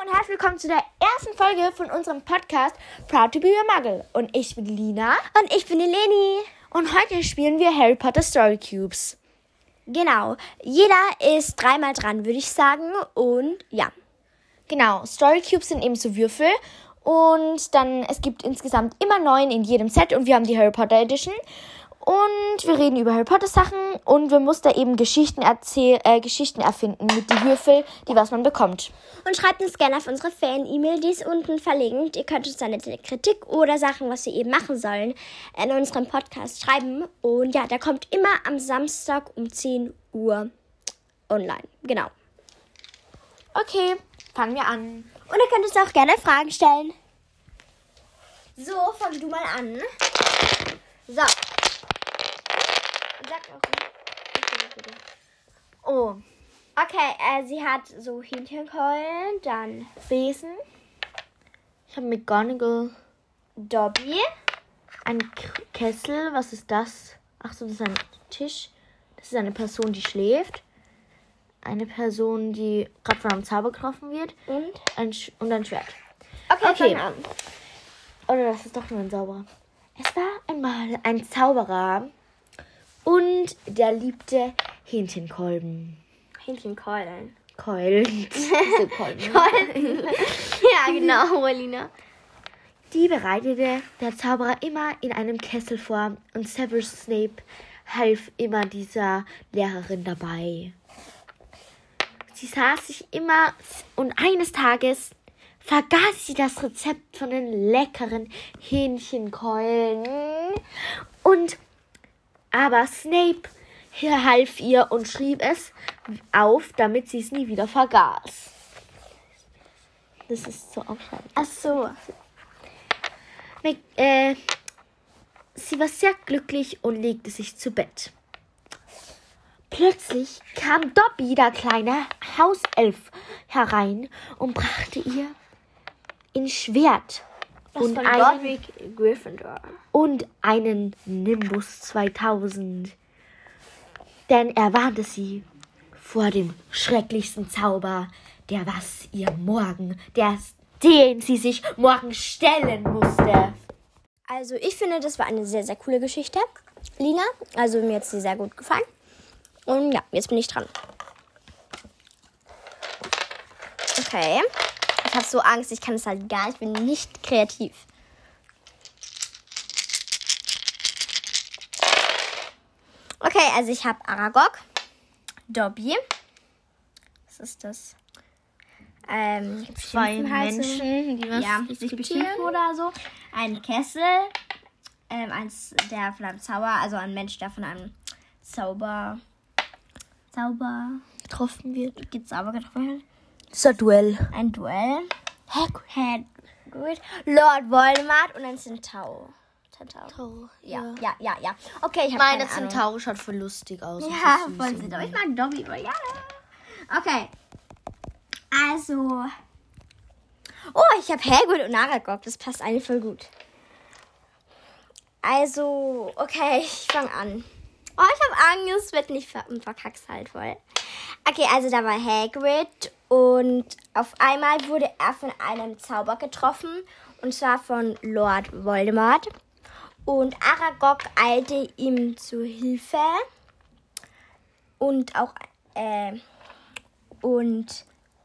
und herzlich willkommen zu der ersten Folge von unserem Podcast Proud to be a Muggle. Und ich bin Lina. Und ich bin die Leni. Und heute spielen wir Harry Potter Story Cubes. Genau. Jeder ist dreimal dran, würde ich sagen. Und ja. Genau, Story Cubes sind eben so Würfel. Und dann, es gibt insgesamt immer 9 in jedem Set. Und wir haben die Harry Potter Edition. Und wir reden über Harry Potter Sachen. Und wir mussten da eben Geschichten erfinden mit den Würfel, die was man bekommt. Und schreibt uns gerne auf unsere Fan-E-Mail, die ist unten verlinkt. Ihr könnt uns dann eine Kritik oder Sachen, was wir eben machen sollen, in unserem Podcast schreiben. Und ja, der kommt immer am Samstag um 10 Uhr online. Genau. Okay, fangen wir an. Und ihr könnt uns auch gerne Fragen stellen. So, fang du mal an. So. Sag auch nicht. Oh, Okay, sie hat so Hähnchenkeulen, dann Besen. Ich habe McGonagall. Dobby. Ein Kessel, was ist das? Ach so, das ist ein Tisch. Das ist eine Person, die schläft. Eine Person, die gerade von einem Zauber getroffen wird. Und ein Schwert. Okay. Fang an. Oder das ist doch nur ein Zauberer. Es war einmal ein Zauberer und der liebte Hähnchenkolben. Hähnchenkeulen. Keulen. So Kolben. Ja, genau, Rolina. Die bereitete der Zauberer immer in einem Kessel vor und Severus Snape half immer dieser Lehrerin dabei. Sie saß sich immer und eines Tages vergaß sie das Rezept von den leckeren Hähnchenkeulen. Aber Snape half ihr und schrieb es auf, damit sie es nie wieder vergaß. Das ist so aufschreibend. Ach so. Sie war sehr glücklich und legte sich zu Bett. Plötzlich kam Dobby, der kleine Hauself, herein und brachte ihr ein Schwert und Gryffindor. und einen Nimbus 2000. Denn er warnte sie vor dem schrecklichsten Zauber, den sie sich morgen stellen musste. Also ich finde, das war eine sehr, sehr coole Geschichte, Lina. Also mir hat sie sehr gut gefallen. Und ja, jetzt bin ich dran. Okay. Ich habe so Angst, ich kann es halt gar nicht, ich bin nicht kreativ. Okay, also ich habe Aragog, Dobby. Was ist das? 2 Menschen, die was sich beschimpfen oder so. Ein Kessel, eins der von einem Zauber, also ein Mensch, der von einem Zauber getroffen wird. Zauber getroffen wird. Das ist ein Duell. Ein Duell. Hagrid, Lord Voldemort und ein Centaur. Ja. Okay, ich habe Meine keine Ahnung. Centaur schaut voll lustig aus. Ja, voll süß. Aber ich mag Dobby, aber ja. Okay. Also. Oh, ich habe Hagrid und Aragog. Das passt eigentlich voll gut. Also, okay, ich fange an. Oh, ich habe Angst, es wird nicht verkackst halt voll. Okay, also da war Hagrid und auf einmal wurde er von einem Zauber getroffen. Und zwar von Lord Voldemort. Und Aragog eilte ihm zu Hilfe. Und auch, und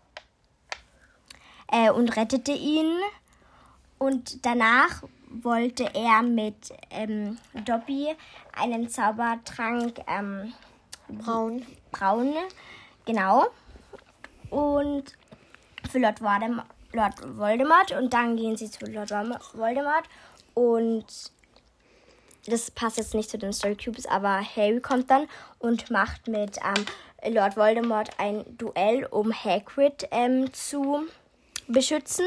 rettete ihn. Und danach wollte er mit Dobby einen Zaubertrank Braun. Genau. Und für Lord Voldemort. Und dann gehen sie zu Lord Voldemort. Und das passt jetzt nicht zu den Story Cubes, aber Harry kommt dann und macht mit Lord Voldemort ein Duell, um Hagrid zu beschützen.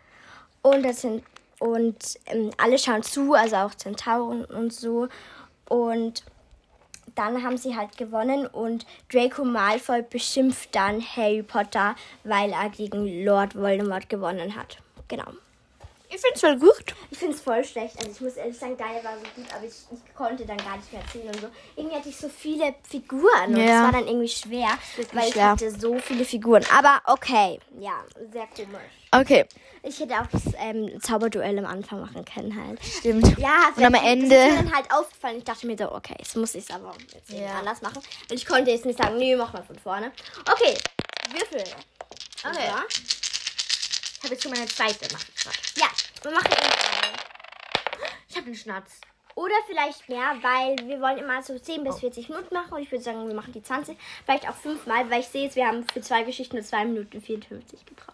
Und alle schauen zu, also auch Zentauren und so. Und dann haben sie halt gewonnen und Draco Malfoy beschimpft dann Harry Potter, weil er gegen Lord Voldemort gewonnen hat. Genau. Ich finde es voll gut. Ich finde es voll schlecht. Also ich muss ehrlich sagen, Gaia war so gut, aber ich konnte dann gar nicht mehr erzählen und so. Irgendwie hatte ich so viele Figuren und es war dann irgendwie schwer, weil ich hatte so viele Figuren. Aber okay, ja, sehr komisch. Okay. Ich hätte auch das Zauberduell am Anfang machen können halt. Stimmt. Ja, Und am Ende... Das ist mir dann halt aufgefallen. Ich dachte mir so, okay, jetzt muss ich es aber jetzt anders machen. Und ich konnte jetzt nicht sagen, nee, mach mal von vorne. Okay, Würfel. Okay. Ja. Ich habe jetzt schon meine zweite gemacht. Ja, wir machen ihn. Ich habe einen Schnatz. Oder vielleicht mehr, weil wir wollen immer so 10 bis 40 Minuten machen. Und ich würde sagen, wir machen die 20. Vielleicht auch 5-mal, weil ich sehe jetzt, wir haben für 2 Geschichten nur 2 Minuten 54 gebraucht.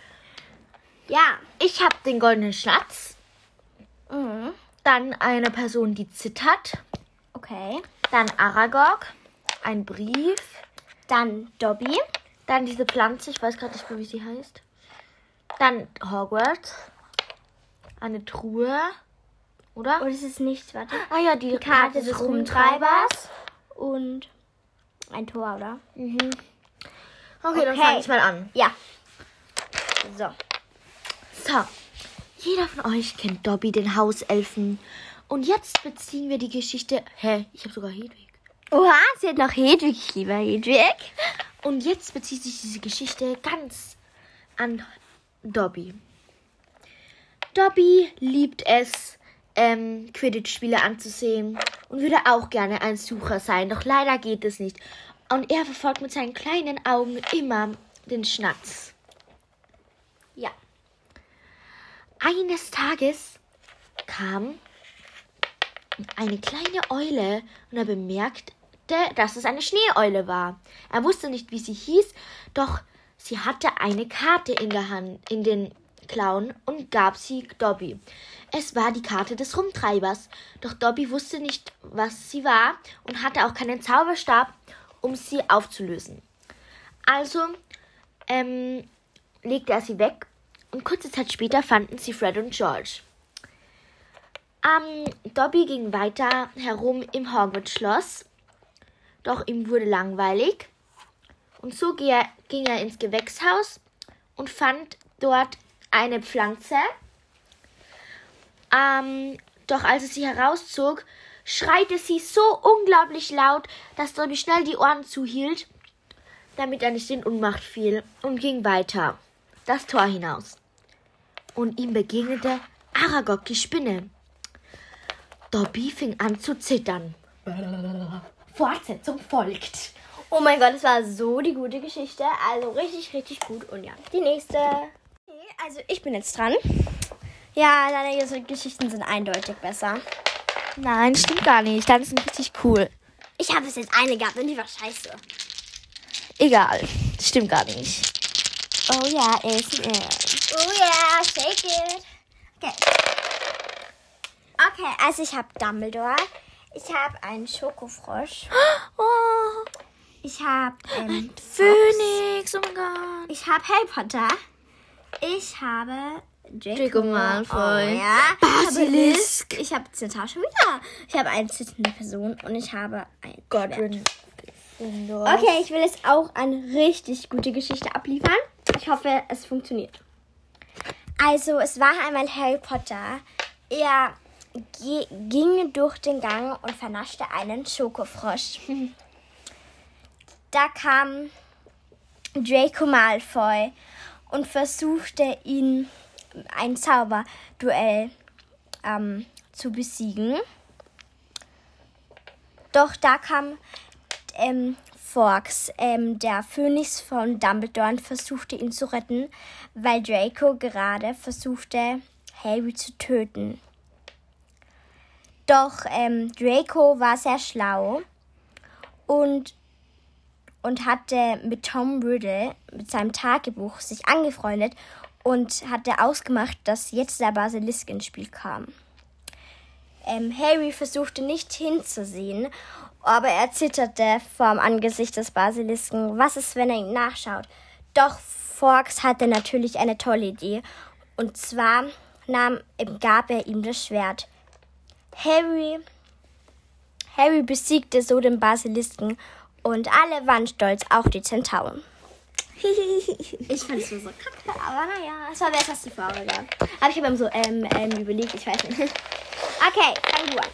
Ja. Ich habe den goldenen Schatz. Mhm. Dann eine Person, die zittert. Okay. Dann Aragog. Ein Brief. Dann Dobby. Dann diese Pflanze. Ich weiß gerade nicht mehr, wie sie heißt. Dann Hogwarts. Eine Truhe. Oder? Und es ist nichts, warte. Ah ja, die Karte des Rumtreibers. Und ein Tor, oder? Mhm. Okay, dann fange ich mal an. Ja. So. So, jeder von euch kennt Dobby, den Hauselfen. Und jetzt beziehen wir die Geschichte... Ich habe sogar Hedwig. Oha, sie hat noch Hedwig. Ich liebe Hedwig. Und jetzt bezieht sich diese Geschichte ganz an Dobby. Dobby liebt es, Quidditch-Spiele anzusehen und würde auch gerne ein Sucher sein, doch leider geht es nicht. Und er verfolgt mit seinen kleinen Augen immer den Schnatz. Ja. Eines Tages kam eine kleine Eule und er bemerkte, dass es eine Schneeeule war. Er wusste nicht, wie sie hieß, doch sie hatte eine Karte in der Hand, in den Klauen und gab sie Dobby. Es war die Karte des Rumtreibers, doch Dobby wusste nicht, was sie war und hatte auch keinen Zauberstab, um sie aufzulösen. Also legte er sie weg und kurze Zeit später fanden sie Fred und George. Dobby ging weiter herum im Hogwarts-Schloss, doch ihm wurde langweilig. Und so ging er ins Gewächshaus und fand dort eine Pflanze. Doch als er sie herauszog, schreite sie so unglaublich laut, dass Dobby schnell die Ohren zuhielt, damit er nicht in Ohnmacht fiel, und ging weiter, das Tor hinaus. Und ihm begegnete Aragog, die Spinne. Dobby fing an zu zittern. Fortsetzung folgt. Oh mein Gott, das war so die gute Geschichte. Also richtig, richtig gut. Und ja, die nächste. Okay, also ich bin jetzt dran. Ja, deine Geschichten sind eindeutig besser. Nein, stimmt gar nicht. Deine sind richtig cool. Ich habe bis jetzt eine gehabt und die war scheiße. Egal, stimmt gar nicht. Oh ja, ist. Oh ja, shake it. Okay. Okay, also ich habe Dumbledore. Ich habe einen Schokofrosch. Oh, Ich habe ein Phönix, oh mein Gott. Ich habe Harry Potter. Ich habe Draco Malfoy. Oh, ja. Basilisk. Ich habe Zittar schon wieder. Ich habe eine zitternde Person und ich habe ein Godwin. Okay, ich will jetzt auch eine richtig gute Geschichte abliefern. Ich hoffe, es funktioniert. Also, es war einmal Harry Potter. Er ging durch den Gang und vernaschte einen Schokofrosch. Da kam Draco Malfoy und versuchte ihn ein Zauberduell zu besiegen. Doch da kam Fawkes, der Phönix von Dumbledore, und versuchte ihn zu retten, weil Draco gerade versuchte, Harry zu töten. Doch Draco war sehr schlau und hatte mit Tom Riddle, mit seinem Tagebuch, sich angefreundet und hatte ausgemacht, dass jetzt der Basilisk ins Spiel kam. Harry versuchte nicht hinzusehen, aber er zitterte vor dem Angesicht des Basilisken. Was ist, wenn er ihn nachschaut? Doch Fawkes hatte natürlich eine tolle Idee. Und zwar gab er ihm das Schwert. Harry besiegte so den Basilisken und alle waren stolz, auch die Zentauren. Ich fand es so kacke, aber naja, es war besser als die Vorige. Aber ich habe ihm so überlegt, ich weiß nicht. Okay, fang du an.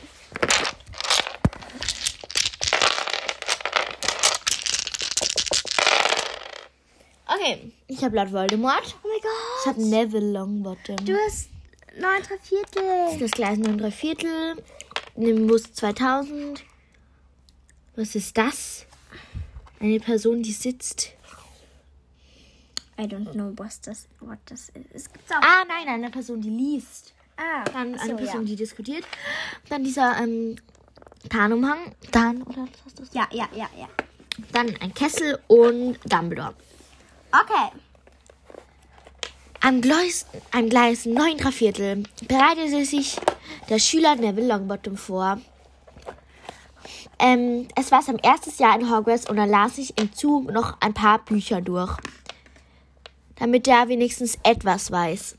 Okay, ich habe Lord Voldemort. Oh mein Gott. Ich habe Neville Longbottom. Du hast 9 3/4. Das ist das Gleis 9 3/4. Nimbus 2000. Was ist das? Eine Person, die sitzt. I don't know, what das ist. Es gibt's auch. Ah, nein, eine Person, die liest. Dann eine so, Person, die diskutiert. Dann dieser Tarnumhang. Oder was hast du? Ja. Dann ein Kessel und Dumbledore. Okay. Am Gleis 9 3/4 bereitete sich der Schüler Neville Longbottom vor. Es war sein erstes Jahr in Hogwarts und er las sich im Zug noch ein paar Bücher durch, damit er wenigstens etwas weiß.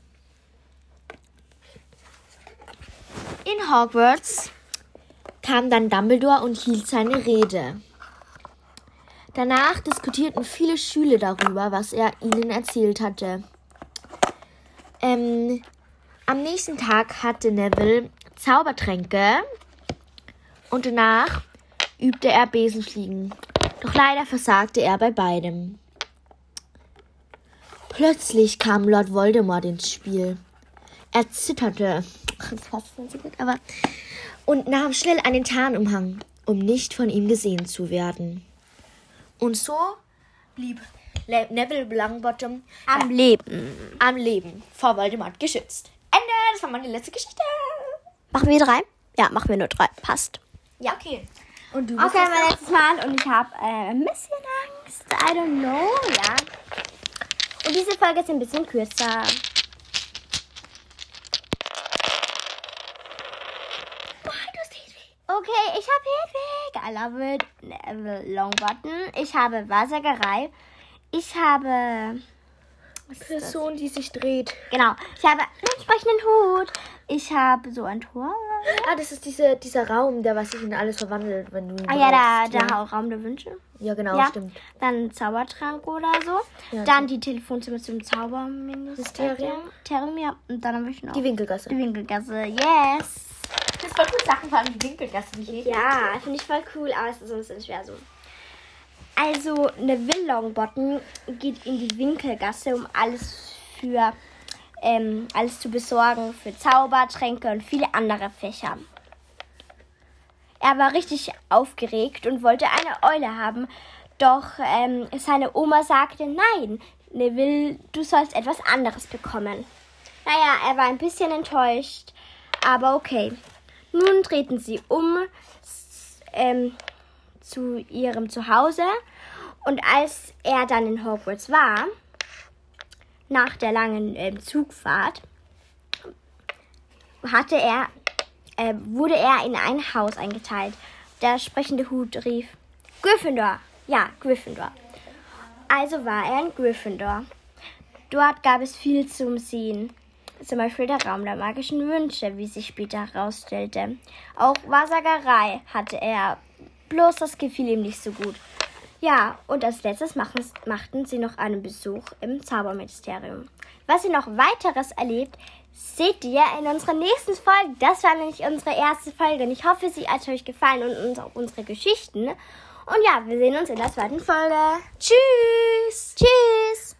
In Hogwarts kam dann Dumbledore und hielt seine Rede. Danach diskutierten viele Schüler darüber, was er ihnen erzählt hatte. Am nächsten Tag hatte Neville Zaubertränke und danach übte er Besenfliegen. Doch leider versagte er bei beidem. Plötzlich kam Lord Voldemort ins Spiel. Er zitterte und nahm schnell einen Tarnumhang, um nicht von ihm gesehen zu werden. Und so blieb Neville Longbottom Am Leben. vor Voldemort geschützt. Ende, das war meine letzte Geschichte. Machen wir 3? Ja, machen wir nur 3. Passt. Ja, okay. Und du Okay, mein letztes Mal und ich habe ein bisschen Angst. I don't know, ja. Und diese Folge ist ein bisschen kürzer. Okay, ich habe Hedwig. I love it. Neville Longbottom. Ich habe Wahrsagerei. Ich habe... Person, die sich dreht. Genau. Ich habe einen sprechenden Hut. Ich habe so ein Tor. Ah, das ist dieser Raum, der was sich in alles verwandelt, wenn du ihn Ja, brauchst, der Raum der Wünsche. Ja, genau, Ja. stimmt. Dann ein Zaubertrank oder so. Ja, Dann die Telefonzimmer zum Zauberministerium. Ja. Und dann habe ich noch Die Winkelgasse. die Winkelgasse. Yes. Das ist voll cool, Sachen vor allem die Winkelgasse nicht. Ja, finde ich voll cool, aber es ist so ein bisschen schwer so. Also, Neville Longbottom geht in die Winkelgasse, um alles zu besorgen für Zaubertränke und viele andere Fächer. Er war richtig aufgeregt und wollte eine Eule haben, doch seine Oma sagte, nein, Neville, du sollst etwas anderes bekommen. Naja, er war ein bisschen enttäuscht, aber okay. Nun treten sie um zu ihrem Zuhause und als er dann in Hogwarts war, nach der langen Zugfahrt, wurde er in ein Haus eingeteilt. Der sprechende Hut rief, Gryffindor. Ja, Gryffindor. Also war er in Gryffindor. Dort gab es viel zum Sehen. Zum Beispiel der Raum der magischen Wünsche, wie sich später herausstellte. Auch Wahrsagerei hatte er, bloß das gefiel ihm nicht so gut. Ja, und als letztes machten sie noch einen Besuch im Zauberministerium. Was sie noch weiteres erlebt, seht ihr in unserer nächsten Folge. Das war nämlich unsere erste Folge. Und ich hoffe, sie hat euch gefallen und unsere Geschichten. Und ja, wir sehen uns in der zweiten Folge. Tschüss! Tschüss!